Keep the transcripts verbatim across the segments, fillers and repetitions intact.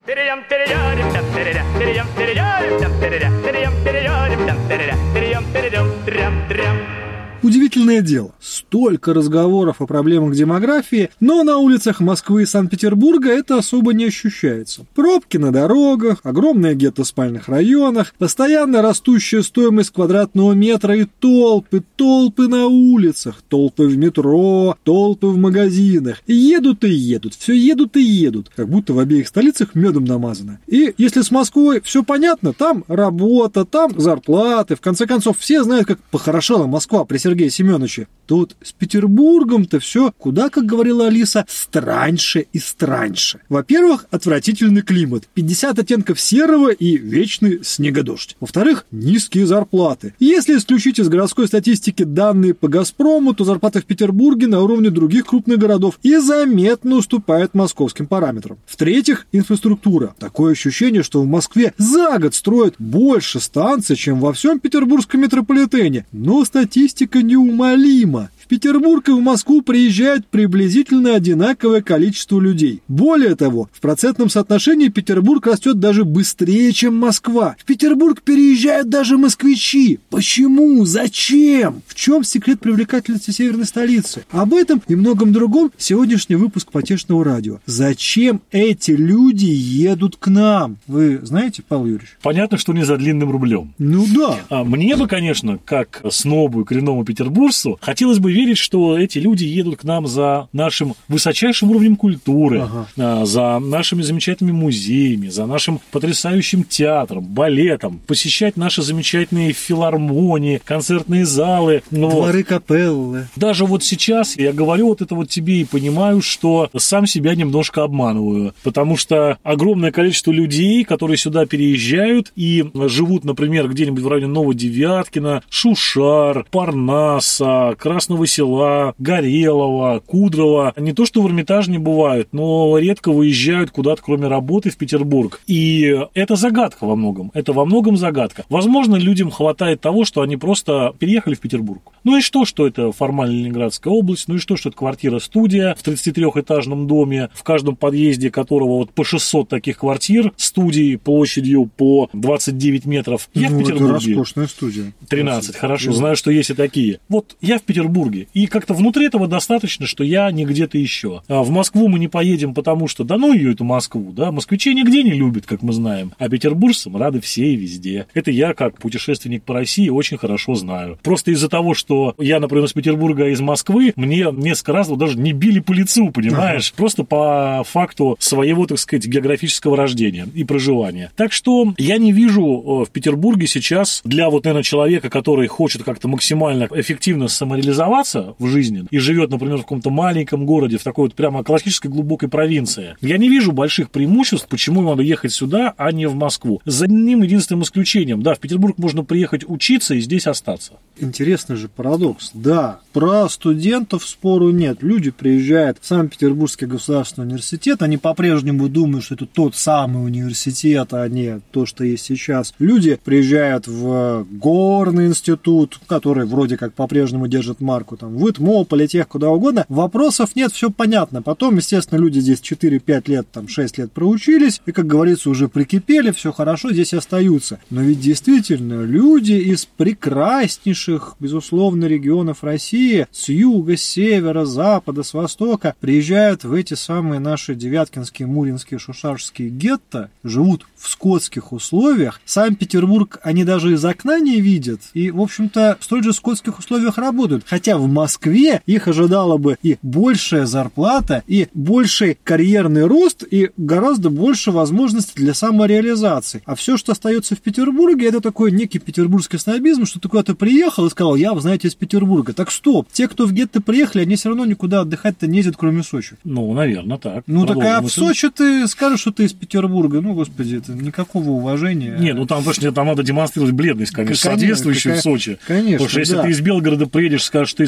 Удивительное дело. Столько разговоров о проблемах демографии, но на улицах Москвы и Санкт-Петербурга это особо не ощущается. Пробки на дорогах, огромное гетто в спальных районах, постоянно растущая стоимость квадратного метра и толпы, толпы на улицах, толпы в метро, толпы в магазинах. И едут и едут, все едут и едут, как будто в обеих столицах медом намазано. И если с Москвой все понятно, там работа, там зарплаты, в конце концов все знают, как похорошела Москва при Сергее Семеновиче. Тут с Петербургом-то все, куда, как говорила Алиса, страньше и страньше. Во-первых, отвратительный климат. пятьдесят оттенков серого и вечный снегодождь. Во-вторых, низкие зарплаты. Если исключить из городской статистики данные по «Газпрому», то зарплаты в Петербурге на уровне других крупных городов и заметно уступают московским параметрам. В-третьих, инфраструктура. Такое ощущение, что в Москве за год строят больше станций, чем во всем петербургском метрополитене. Но статистика неумолима. В Петербург и в Москву приезжает приблизительно одинаковое количество людей. Более того, в процентном соотношении Петербург растет даже быстрее, чем Москва. В Петербург переезжают даже москвичи. Почему? Зачем? В чем секрет привлекательности северной столицы? Об этом и многом другом сегодняшний выпуск Потешного радио. Зачем эти люди едут к нам? Вы знаете, Павел Юрьевич? Понятно, что не за длинным рублем. Ну да. А мне бы, конечно, как снобу и коренному петербуржцу, хотелось бы верить, что эти люди едут к нам за нашим высочайшим уровнем культуры, ага. за нашими замечательными музеями, за нашим потрясающим театром, балетом, посещать наши замечательные филармонии, концертные залы. Но дворы капеллы. Даже вот сейчас я говорю вот это вот тебе и понимаю, что сам себя немножко обманываю, потому что огромное количество людей, которые сюда переезжают и живут, например, где-нибудь в районе Новодевяткина, Шушар, Парнаса, Красного Села, Горелого, Кудрова, не то что в Эрмитаже не бывают, но редко выезжают куда-то, кроме работы, в Петербург. И это загадка во многом. Это во многом загадка. Возможно, людям хватает того, что они просто переехали в Петербург. Ну и что, что это формально Ленинградская область, ну и что, что это квартира-студия в тридцатитрёхэтажном доме, в каждом подъезде которого вот по шестьсот таких квартир, студий площадью по двадцать девять метров. Я ну, в Петербурге. Это роскошная студия. тринадцать, хорошо, знаю, что есть и такие. Вот я в Петербурге. И как-то внутри этого достаточно, что я не где-то еще. А в Москву мы не поедем, потому что, да ну ее, эту Москву, да, москвичи нигде не любят, как мы знаем, а петербуржцам рады все и везде. Это я, как путешественник по России, очень хорошо знаю. Просто из-за того, что я, например, из Петербурга, а из Москвы, мне несколько раз вот даже не били по лицу, понимаешь? Ага. Просто по факту своего, так сказать, географического рождения и проживания. Так что я не вижу в Петербурге сейчас для вот, наверное, человека, который хочет как-то максимально эффективно самореализоваться в жизни и живет, например, в каком-то маленьком городе, в такой вот прямо классической глубокой провинции, я не вижу больших преимуществ, почему надо ехать сюда, а не в Москву. За одним единственным исключением. Да, в Петербург можно приехать учиться и здесь остаться. Интересный же парадокс. Да, про студентов спору нет. Люди приезжают в Санкт-Петербургский государственный университет, они по-прежнему думают, что это тот самый университет, а не то, что есть сейчас. Люди приезжают в горный институт, который вроде как по-прежнему держит марку, там, в ИТМО, политех, куда угодно. Вопросов нет, все понятно. Потом, естественно, люди здесь четыре-пять лет, там, шесть лет проучились, и, как говорится, уже прикипели, все хорошо, здесь остаются. Но ведь действительно люди из прекраснейших, безусловно, регионов России, с юга, с севера, с запада, с востока, приезжают в эти самые наши девяткинские, муринские, шушарские гетто, живут в скотских условиях. Сам Петербург они даже из окна не видят, и, в общем-то, в столь же скотских условиях работают. Хотя в Москве их ожидала бы и большая зарплата, и больший карьерный рост, и гораздо больше возможностей для самореализации. А все, что остается в Петербурге, это такой некий петербургский снобизм, что ты куда-то приехал и сказал, я, вы знаете, из Петербурга. Так стоп, те, кто в гетто приехали, они все равно никуда отдыхать-то не ездят, кроме Сочи. Ну, наверное, так. Ну, так а в Сочи ты скажешь, что ты из Петербурга. Ну, господи, это никакого уважения. Не, ну там, потому там надо демонстрировать бледность, конечно, конечно соответствующую какая... в Сочи. Конечно, потому что если да. ты из Белгорода приедешь, скажешь, что ты из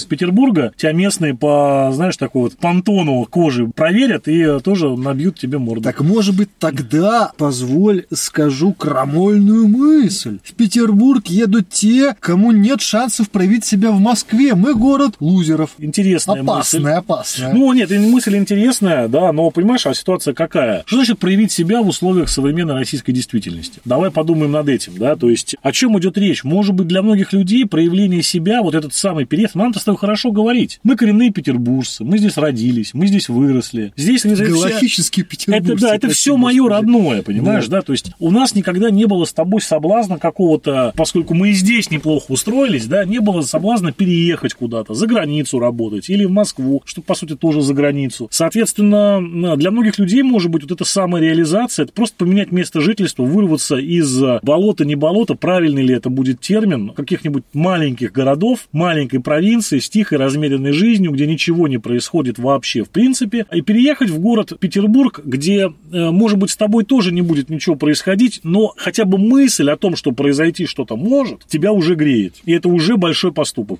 из Петербурга, тебя местные по, знаешь, такой вот понтону кожи проверят и тоже набьют тебе морду. Так, может быть, тогда, позволь, скажу крамольную мысль. В Петербург едут те, кому нет шансов проявить себя в Москве. Мы город лузеров. Интересная опасная, мысль. Опасная, Ну, нет, мысль интересная, да, но, понимаешь, а ситуация какая? Что значит проявить себя в условиях современной российской действительности? Давай подумаем над этим, да, то есть о чем идет речь? Может быть, для многих людей проявление себя, вот этот самый переезд, нам-то с тобой хорошо говорить. Мы коренные петербуржцы, мы здесь родились, мы здесь выросли. Здесь галактические петербуржцы. Это, да, это все мое родное, понимаешь, да. да, то есть у нас никогда не было с тобой соблазна какого-то, поскольку мы и здесь неплохо устроились, да, не было соблазна переехать куда-то, за границу работать или в Москву, что, по сути, тоже за границу. Соответственно, для многих людей, может быть, вот эта самая реализация, это просто поменять место жительства, вырваться из болота, не болота, правильный ли это будет термин, каких-нибудь маленьких городов, маленькой провинции с тихой, размеренной жизнью, где ничего не происходит вообще в принципе, и переехать в город Петербург, где, может быть, с тобой тоже не будет ничего происходить, но хотя бы мысль о том, что произойти что-то может, тебя уже греет. И это уже большой поступок.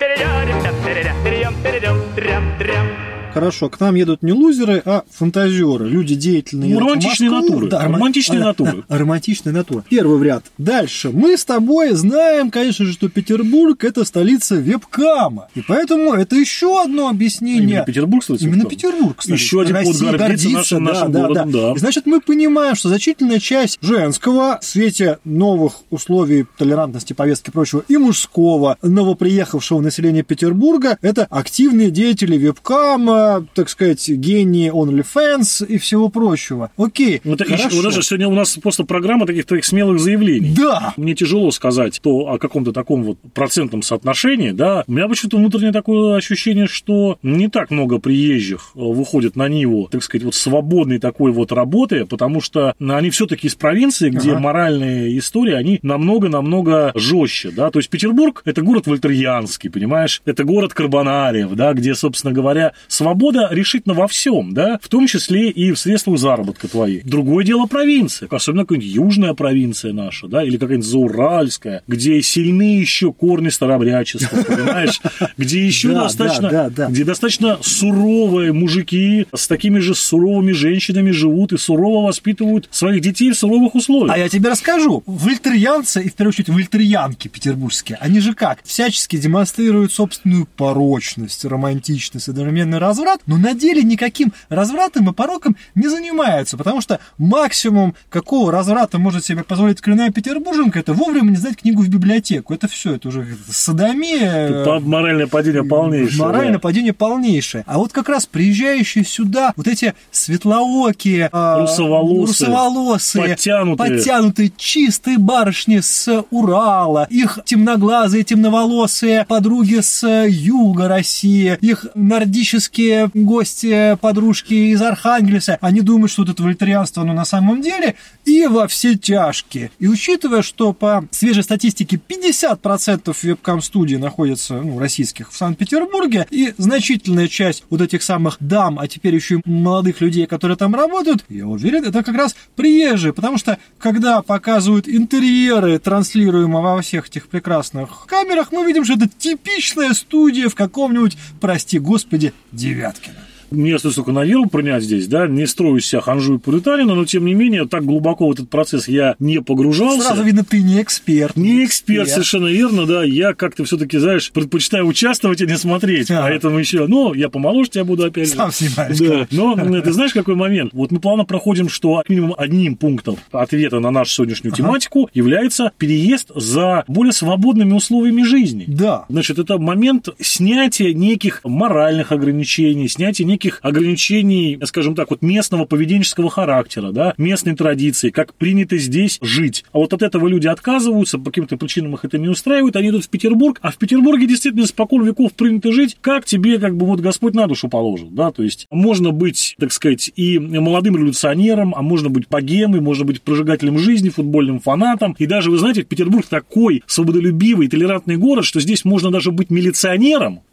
Хорошо, к нам едут не лузеры, а фантазеры, люди деятельные. Ну, романтичные натуры. Да, романтичные а, натуры. А, романтичные натуры. Первый вариант. Дальше. Мы с тобой знаем, конечно же, что Петербург – это столица вебкама. И поэтому это еще одно объяснение. Именно Петербург, кстати. Именно Петербург, кстати. Еще один повод гордиться нашим, да, нашим да, городом, да. да. И, значит, мы понимаем, что значительная часть женского в свете новых условий толерантности, повестки и прочего, и мужского, новоприехавшего населения Петербурга – это активные деятели вебкама, так сказать, гении OnlyFans и всего прочего. Окей, вот хорошо. Вот даже сегодня у нас просто программа таких твоих смелых заявлений. Да! Мне тяжело сказать то о каком-то таком вот процентном соотношении, да. У меня почему-то внутреннее такое ощущение, что не так много приезжих выходит на Ниву, так сказать, вот свободной такой вот работы, потому что они все-таки из провинции, где ага. моральные истории, они намного-намного жестче, да. То есть Петербург – это город вольтерьянский, понимаешь? Это город карбонариев, да, где, собственно говоря, свобода решительно во всем, да, в том числе и в средствах заработка твоей. Другое дело провинция, особенно какая-нибудь южная провинция наша, да, или какая-нибудь зауральская, где сильны еще корни старобрячества, понимаешь, где еще достаточно, где достаточно суровые мужики с такими же суровыми женщинами живут и сурово воспитывают своих детей в суровых условиях. А я тебе расскажу. Вольтерьянцы, и в первую очередь вольтерьянки петербургские, они же как? Всячески демонстрируют собственную порочность, романтичность, одновременный разврат, но на деле никаким развратом и пороком не занимаются, потому что максимум, какого разврата может себе позволить коренная петербурженка, это вовремя не сдать книгу в библиотеку. Это все, это уже содомия. Тут моральное падение полнейшее. Моральное да. падение полнейшее. А вот как раз приезжающие сюда вот эти светлоокие, русоволосые, русоволосые подтянутые. подтянутые чистые барышни с Урала, их темноглазые, темноволосые подруги с юга России, их нордические гости, подружки из Архангельска, они думают, что вот это вольтерианство, оно на самом деле и во все тяжкие. И учитывая, что по свежей статистике пятьдесят процентов вебкам-студий находятся, ну, российских в Санкт-Петербурге, и значительная часть вот этих самых дам, а теперь еще и молодых людей, которые там работают, я уверен, это как раз приезжие, потому что, когда показывают интерьеры, транслируемые во всех этих прекрасных камерах, мы видим, что это типичная студия в каком-нибудь, прости господи, Девяткино. Мне остается только на веру принять здесь, да, не строю из себя ханжу и пуританина, но, тем не менее, так глубоко в этот процесс я не погружался. Сразу видно, ты не эксперт. Не эксперт, эксперт. Совершенно верно, да, я как-то все-таки, знаешь, предпочитаю участвовать, а не смотреть, а. поэтому еще, ну, я помоложе тебя буду опять же. Сам снимаешь. Да, но ты знаешь, какой момент? Вот мы плавно проходим, что минимум одним пунктом ответа на нашу сегодняшнюю ага. тематику является переезд за более свободными условиями жизни. Да. Значит, это момент снятия неких моральных ограничений, снятия неких ограничений, скажем так, вот местного поведенческого характера, да, местной традиции, как принято здесь жить. А вот от этого люди отказываются, по каким-то причинам их это не устраивает, они идут в Петербург, а в Петербурге действительно испокон веков принято жить, как тебе, как бы, вот Господь на душу положил, да, то есть можно быть, так сказать, и молодым революционером, а можно быть богемой, можно быть прожигателем жизни, футбольным фанатом, и даже, вы знаете, Петербург такой свободолюбивый, толерантный город, что здесь можно даже быть милиционером,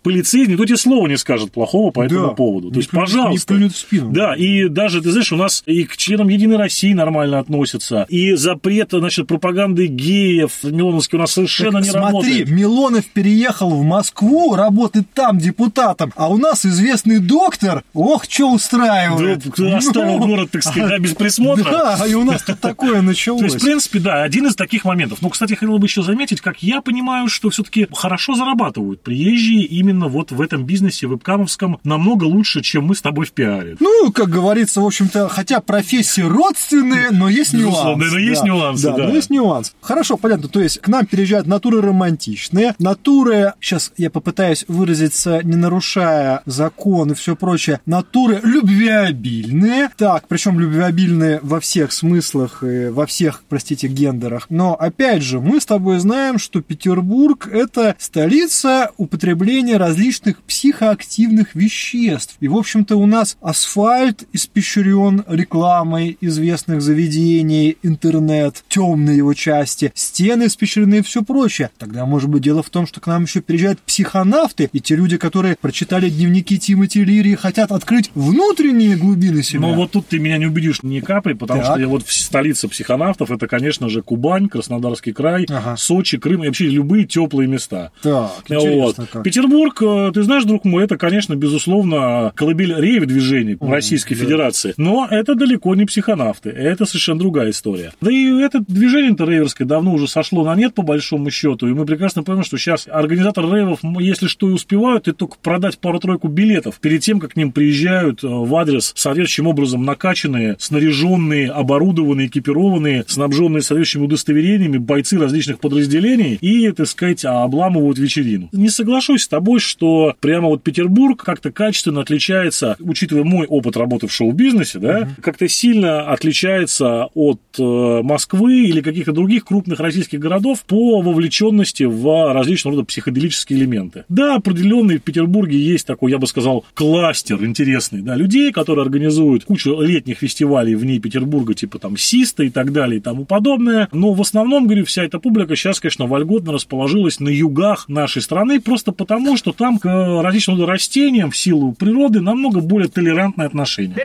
полицейский, никто тебе слова не скажет плохого по этому да. поводу. То не есть, плюнет, пожалуйста. Не плюнет в спину. Да, и даже, ты знаешь, у нас и к членам Единой России нормально относятся, и запрет, значит, пропаганды геев Милоновский у нас совершенно так не смотри, работает. Смотри, Милонов переехал в Москву, работает там депутатом, а у нас известный доктор, ох, что устраивает. Да, оставил ну, город, так сказать, да, без присмотра. Да, и у нас тут такое началось. То есть, в принципе, да, один из таких моментов. Ну, кстати, хотел бы еще заметить, как я понимаю, что все-таки хорошо зарабатывают приезжие именно вот в этом бизнесе вебкамовском намного лучше, чем мы с тобой в пиаре. Ну, как говорится, в общем-то, хотя профессии родственные, но есть нюанс. Да, но есть да, нюансы, да. да. Но есть нюанс. Хорошо, понятно, то есть к нам переезжают натуры романтичные, натуры, сейчас я попытаюсь выразиться, не нарушая закон и все прочее, натуры любвеобильные. Так, причем любвеобильные во всех смыслах и во всех, простите, гендерах. Но, опять же, мы с тобой знаем, что Петербург – это столица употребления различных психоактивных веществ. И, в общем-то, у нас асфальт испещрен рекламой известных заведений, интернет, темные его части, стены испещрены и все прочее. Тогда, может быть, дело в том, что к нам еще приезжают психонавты, и те люди, которые прочитали дневники Тимоти Лири, хотят открыть внутренние глубины себя. Ну, вот тут ты меня не убедишь ни капли, потому так. что я вот столица психонавтов, это, конечно же, Кубань, Краснодарский край, ага. Сочи, Крым и вообще любые теплые места. Так, вот. Как. Петербург, ты знаешь, друг мой, это, конечно, безусловно, колыбель рейв-движений в Российской да. Федерации, но это далеко не психонавты, это совершенно другая история. Да и это движение-то рейверское давно уже сошло на нет, по большому счету, и мы прекрасно понимаем, что сейчас организаторы рейвов, если что и успевают, это только продать пару-тройку билетов перед тем, как к ним приезжают в адрес соответствующим образом накачанные, снаряженные, оборудованные, экипированные, снабженные соответствующими удостоверениями бойцы различных подразделений и, так сказать, обламывают вечерину. Не соглашусь с тобой, что прямо вот Петербург как-то качественно отличается, учитывая мой опыт работы в шоу-бизнесе, да, uh-huh. как-то сильно отличается от э, Москвы или каких-то других крупных российских городов по вовлеченности в различного рода психоделические элементы. Да, определенный в Петербурге есть такой, я бы сказал, кластер интересный, да, людей, которые организуют кучу летних фестивалей вне Петербурга, типа там Систа и так далее и тому подобное, но в основном, говорю, вся эта публика сейчас, конечно, вольготно расположилась на югах нашей страны, просто потому, что там к различным рода растениям в силу природы намного более толерантное отношение.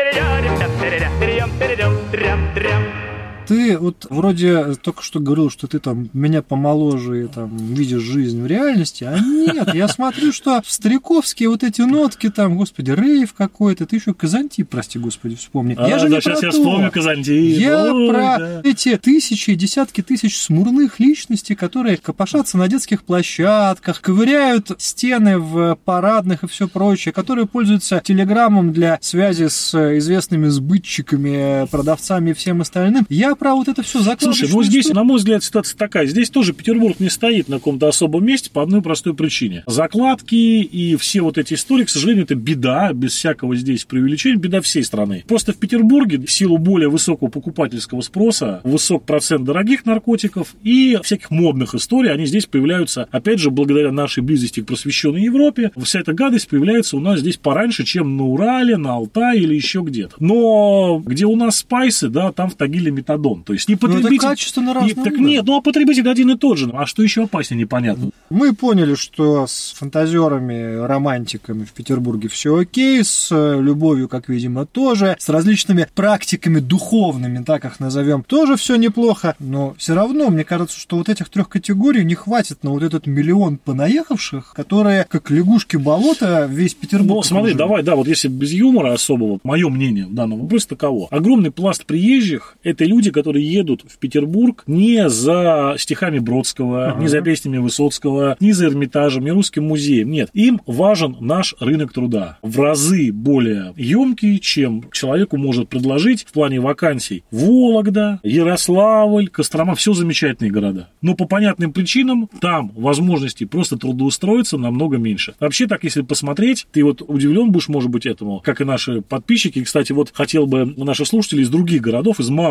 Ты вот вроде только что говорил, что ты там меня помоложе и там видишь жизнь в реальности, а нет, я смотрю, что стариковские вот эти нотки там, господи, рейв какой-то, ты еще Казантип, прости господи, вспомни. А, я же да, не сейчас про я то. вспомню Казантип. Я Ой, про да. эти тысячи, десятки тысяч смурных личностей, которые копошатся на детских площадках, ковыряют стены в парадных и все прочее, которые пользуются телеграммом для связи с известными сбытчиками, продавцами и всем остальным. Я про вот это все закладываю. Слушай, ну здесь, на мой взгляд, ситуация такая. Здесь тоже Петербург не стоит на каком-то особом месте по одной простой причине. Закладки и все вот эти истории, к сожалению, это беда, без всякого здесь преувеличения, беда всей страны. Просто в Петербурге в силу более высокого покупательского спроса, высок процент дорогих наркотиков и всяких модных историй, они здесь появляются, опять же, благодаря нашей близости к просвещенной Европе, вся эта гадость появляется у нас здесь пораньше, чем на Урале, на Алтае или еще где-то. Но где у нас спайсы, да, там в Тагиле метадон. То есть не потребитель... это качественно разное. Так нет, ну а потребитель один и тот же. А что еще опаснее, непонятно. Мы поняли, что с фантазерами, романтиками в Петербурге все окей, с любовью, как видимо, тоже, с различными практиками духовными, так их назовем, тоже все неплохо. Но все равно, мне кажется, что вот этих трех категорий не хватит на вот этот миллион понаехавших, которые, как лягушки болота, весь Петербург. Ну, смотри, давай, да, вот если без юмора особого, мое мнение в данном вопросе таково. Огромный пласт приезжих – это люди, которые едут в Петербург не за стихами Бродского, ага. не за песнями Высоцкого, не за Эрмитажем, не русским музеем. Нет, им важен наш рынок труда. В разы более емкий, чем человеку может предложить в плане вакансий Вологда, Ярославль, Кострома. Все замечательные города. Но по понятным причинам там возможностей просто трудоустроиться намного меньше. Вообще так, если посмотреть, ты вот удивлен будешь, может быть, этому, как и наши подписчики. И, кстати, вот хотел бы наших слушателей из других городов, из малых городов,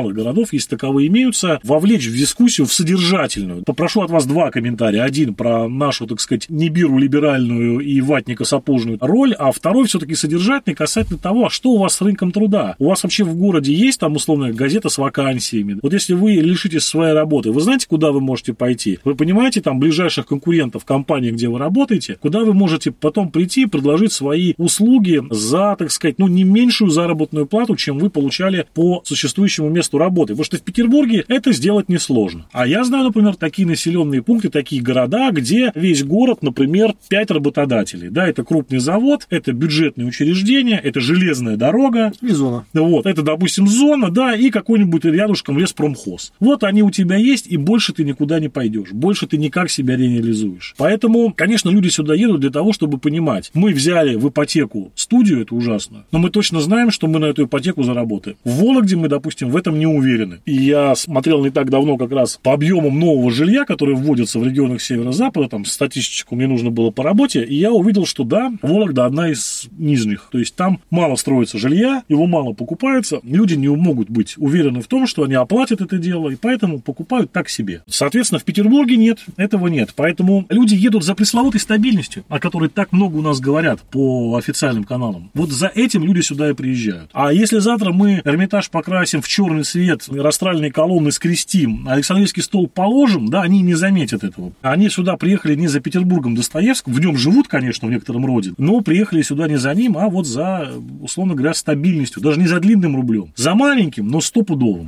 разговоров, если таковые имеются, вовлечь в дискуссию в содержательную. Попрошу от вас два комментария. Один про нашу, так сказать, Нибиру либеральную и ватника сапожную роль, а второй все-таки содержательный касательно того, а что у вас с рынком труда. У вас вообще в городе есть там условная газета с вакансиями? Вот если вы лишитесь своей работы, вы знаете, куда вы можете пойти? Вы понимаете там ближайших конкурентов компании, где вы работаете, куда вы можете потом прийти и предложить свои услуги за, так сказать, ну, не меньшую заработную плату, чем вы получали по существующему месту работы. Потому что в Петербурге это сделать несложно. А я знаю, например, такие населенные пункты, такие города, где весь город, например, пять работодателей. Да, это крупный завод, это бюджетные учреждения, это железная дорога. И зона. Вот, это, допустим, зона, да, и какой-нибудь рядышком леспромхоз. Вот они у тебя есть, и больше ты никуда не пойдешь. Больше ты никак себя не реализуешь. Поэтому, конечно, люди сюда едут для того, чтобы понимать. Мы взяли в ипотеку студию, это ужасно, но мы точно знаем, что мы на эту ипотеку заработаем. В Вологде мы, допустим, в этом не уверены. И я смотрел не так давно как раз по объемам нового жилья, которое вводится в регионах Северо-Запада, там статистику мне нужно было по работе, и я увидел, что да, Вологда одна из нижних. То есть там мало строится жилья, его мало покупается, люди не могут быть уверены в том, что они оплатят это дело, и поэтому покупают так себе. Соответственно, в Петербурге нет, этого нет. Поэтому люди едут за пресловутой стабильностью, о которой так много у нас говорят по официальным каналам. Вот за этим люди сюда и приезжают. А если завтра мы Эрмитаж покрасим в черный цвет, растральные колонны скрестим, Александрийский стол положим, да, они не заметят этого. Они сюда приехали не за Петербургом Достоевским, в нем живут, конечно, в некотором роде, но приехали сюда не за ним, а вот за, условно говоря, стабильностью. Даже не за длинным рублем. За маленьким, но стопудовым.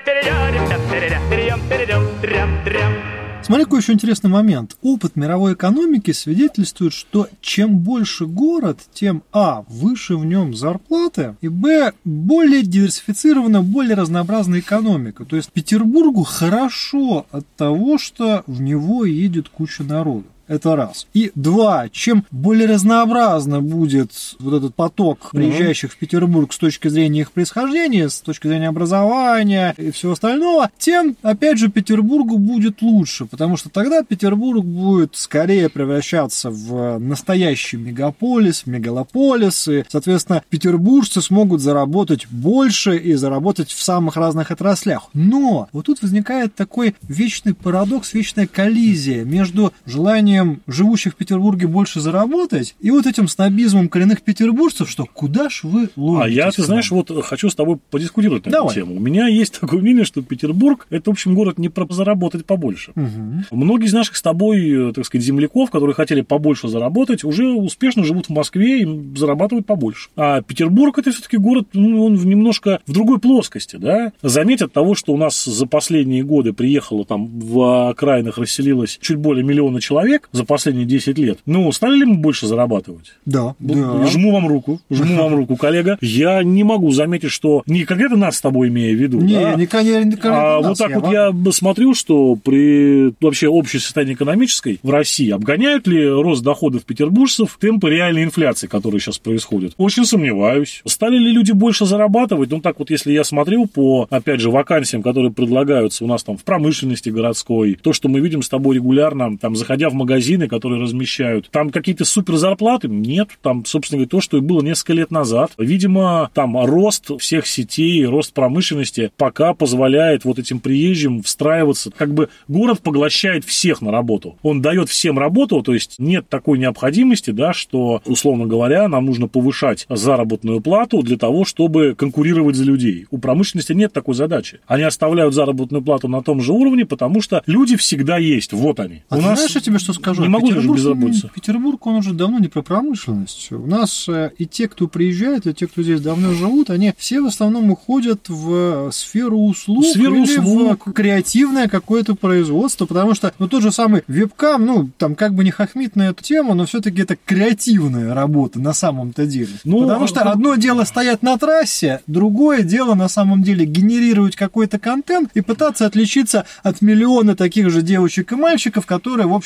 Смотри, какой еще интересный момент. Опыт мировой экономики свидетельствует, что чем больше город, тем а. выше в нем зарплаты, и б. более диверсифицирована, более разнообразная экономика. То есть Петербургу хорошо от того, что в него едет куча народу. Это раз. И два, чем более разнообразно будет вот этот поток приезжающих mm-hmm. в Петербург с точки зрения их происхождения, с точки зрения образования и всего остального, тем, опять же, Петербургу будет лучше, потому что тогда Петербург будет скорее превращаться в настоящий мегаполис, мегалополис, и, соответственно, петербуржцы смогут заработать больше и заработать в самых разных отраслях. Но вот тут возникает такой вечный парадокс, вечная коллизия между желанием живущих в Петербурге больше заработать и вот этим снобизмом коренных петербуржцев, что куда ж вы ловитесь? А я, ты знаешь, вот хочу с тобой подискутировать на Давай. эту тему. У меня есть такое мнение, что Петербург – это, в общем, город не про заработать побольше. Угу. Многие из наших с тобой, так сказать, земляков, которые хотели побольше заработать, уже успешно живут в Москве и зарабатывают побольше. А Петербург – это все-таки город, ну, он немножко в другой плоскости, да? Заметь от того, что у нас за последние годы приехало там в окраинах расселилось чуть более миллиона человек, за последние десять лет. Ну, стали ли мы больше зарабатывать? Да, да. Жму вам руку, жму вам руку, коллега. Я не могу заметить, что не конкретно нас с тобой имея в виду. Не, да? не конкретно А нас, вот так я вот вам... я смотрю, что при вообще общей состоянии экономической в России обгоняют ли рост доходов петербуржцев темпы реальной инфляции, которые сейчас происходят? Очень сомневаюсь. Стали ли люди больше зарабатывать? Ну, так вот, если я смотрю по, опять же, вакансиям, которые предлагаются у нас там в промышленности городской, то, что мы видим с тобой регулярно, там, заходя в магазин, магазины, которые размещают. Там какие-то супер зарплаты? Нет. Там, собственно говоря, то, что и было несколько лет назад. Видимо, там рост всех сетей, рост промышленности пока позволяет вот этим приезжим встраиваться. Как бы город поглощает всех на работу. Он дает всем работу, то есть нет такой необходимости, да, что, условно говоря, нам нужно повышать заработную плату для того, чтобы конкурировать за людей. У промышленности нет такой задачи. Они оставляют заработную плату на том же уровне, потому что люди всегда есть. Вот они. А у ты нас... знаешь, я тебе что скажу? Не могу даже Петербург, безработица. Петербург, он уже давно не про промышленность. У нас э, и те, кто приезжает, и те, кто здесь давно живут, они все в основном уходят в сферу услуг, сферу или услуг. в креативное какое-то производство, потому что, ну, тот же самый вебкам, ну, там как бы не хохмит на эту тему, но все-таки это креативная работа на самом-то деле. Ну, потому что одно дело стоять на трассе, другое дело на самом деле генерировать какой-то контент и пытаться отличиться от миллиона таких же девочек и мальчиков, которые, в общем-то,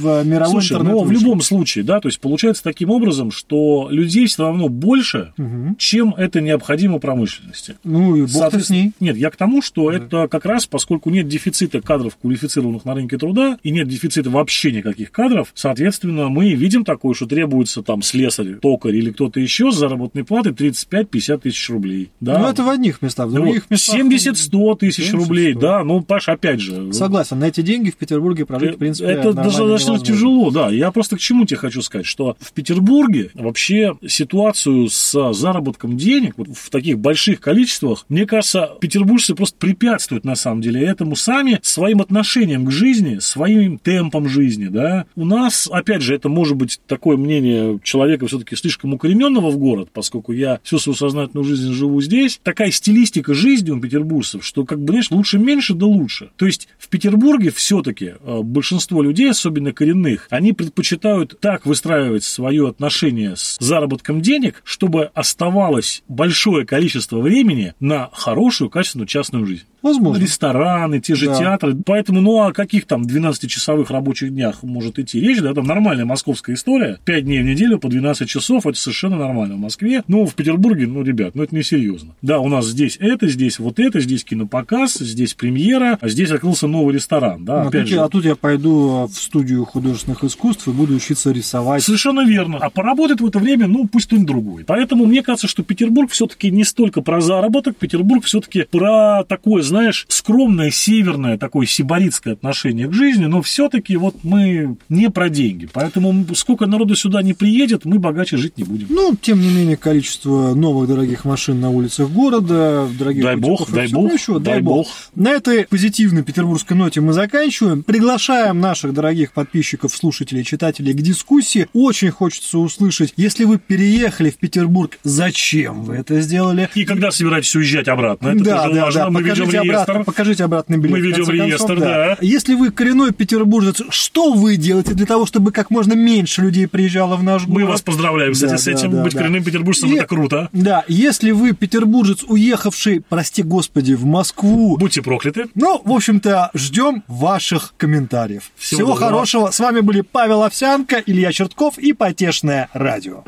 в мировой Слушай, интернет. но в любом случае, да, то есть получается таким образом, что людей все равно больше, угу. чем это необходимо промышленности. Ну, и бог с ней. Нет, я к тому, что да. это как раз, поскольку нет дефицита кадров, квалифицированных на рынке труда, и нет дефицита вообще никаких кадров, соответственно, мы видим такое, что требуется там слесарь, токарь или кто-то еще с заработной платой тридцать пять - пятьдесят тысяч рублей. Да. Ну, это в одних местах, в других вот. местах... семьдесят - сто тысяч рублей, да, ну, Паш, опять же... Согласен, на эти деньги в Петербурге прожить, в принципе, это достаточно тяжело, да. Я просто к чему тебе хочу сказать, что в Петербурге вообще ситуацию с заработком денег вот в таких больших количествах, мне кажется, петербуржцы просто препятствуют на самом деле этому сами своим отношением к жизни, своим темпом жизни, да. У нас, опять же, это может быть такое мнение человека все-таки слишком укорененного в город, поскольку я всю свою сознательную жизнь живу здесь, такая стилистика жизни у петербуржцев, что, как бы, знаешь, лучше меньше, да лучше. То есть в Петербурге все-таки большинство людей, особенно коренных, они предпочитают так выстраивать свое отношение с заработком денег, чтобы оставалось большое количество времени на хорошую, качественную частную жизнь. Возможно. Рестораны, те же да. театры. Поэтому, ну, о каких там двенадцатичасовых рабочих днях может идти речь, да, там нормальная московская история. пять дней в неделю по двенадцать часов, это совершенно нормально в Москве. Но в Петербурге, ну, ребят, ну, это несерьезно. Да, у нас здесь это, здесь вот это, здесь кинопоказ, здесь премьера, а здесь открылся новый ресторан, да, а, опять тут же. Я, а тут я пойду в студию художественных искусств и буду учиться рисовать. Совершенно верно. А поработать в это время, ну, пусть кто-нибудь другой. Поэтому мне кажется, что Петербург все-таки не столько про заработок, Петербург все-таки про такое, знаешь, скромное, северное, такое сибаритское отношение к жизни, но все-таки вот мы не про деньги. Поэтому сколько народу сюда не приедет, мы богаче жить не будем. Ну, тем не менее, количество новых дорогих машин на улицах города, дорогих дай бог, дай бог, прочего, дай, дай бог. бог. На этой позитивной петербургской ноте мы заканчиваем. Приглашаем наших дорогих подписчиков, слушателей, читателей к дискуссии. Очень хочется услышать, если вы переехали в Петербург, зачем вы это сделали? И когда собираетесь уезжать обратно? Это да, тоже да, важно. да. Мы ведем реестр. Обратно, покажите обратный билет. Мы ведем реестр, концов, да. да. Если вы коренной петербуржец, что вы делаете для того, чтобы как можно меньше людей приезжало в наш город? Мы вас поздравляем, кстати, да, с этим. Да, Быть да, коренным да. петербуржцем – это круто. Да, если вы петербуржец, уехавший, прости господи, в Москву. Будьте прокляты. Ну, в общем-то, ждем ваших комментариев. Всего, Всего хорошего. С вами были Павел Овсянко, Илья Чертков и Потешное радио.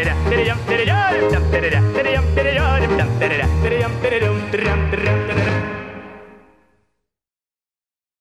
Перейдем, перейдем,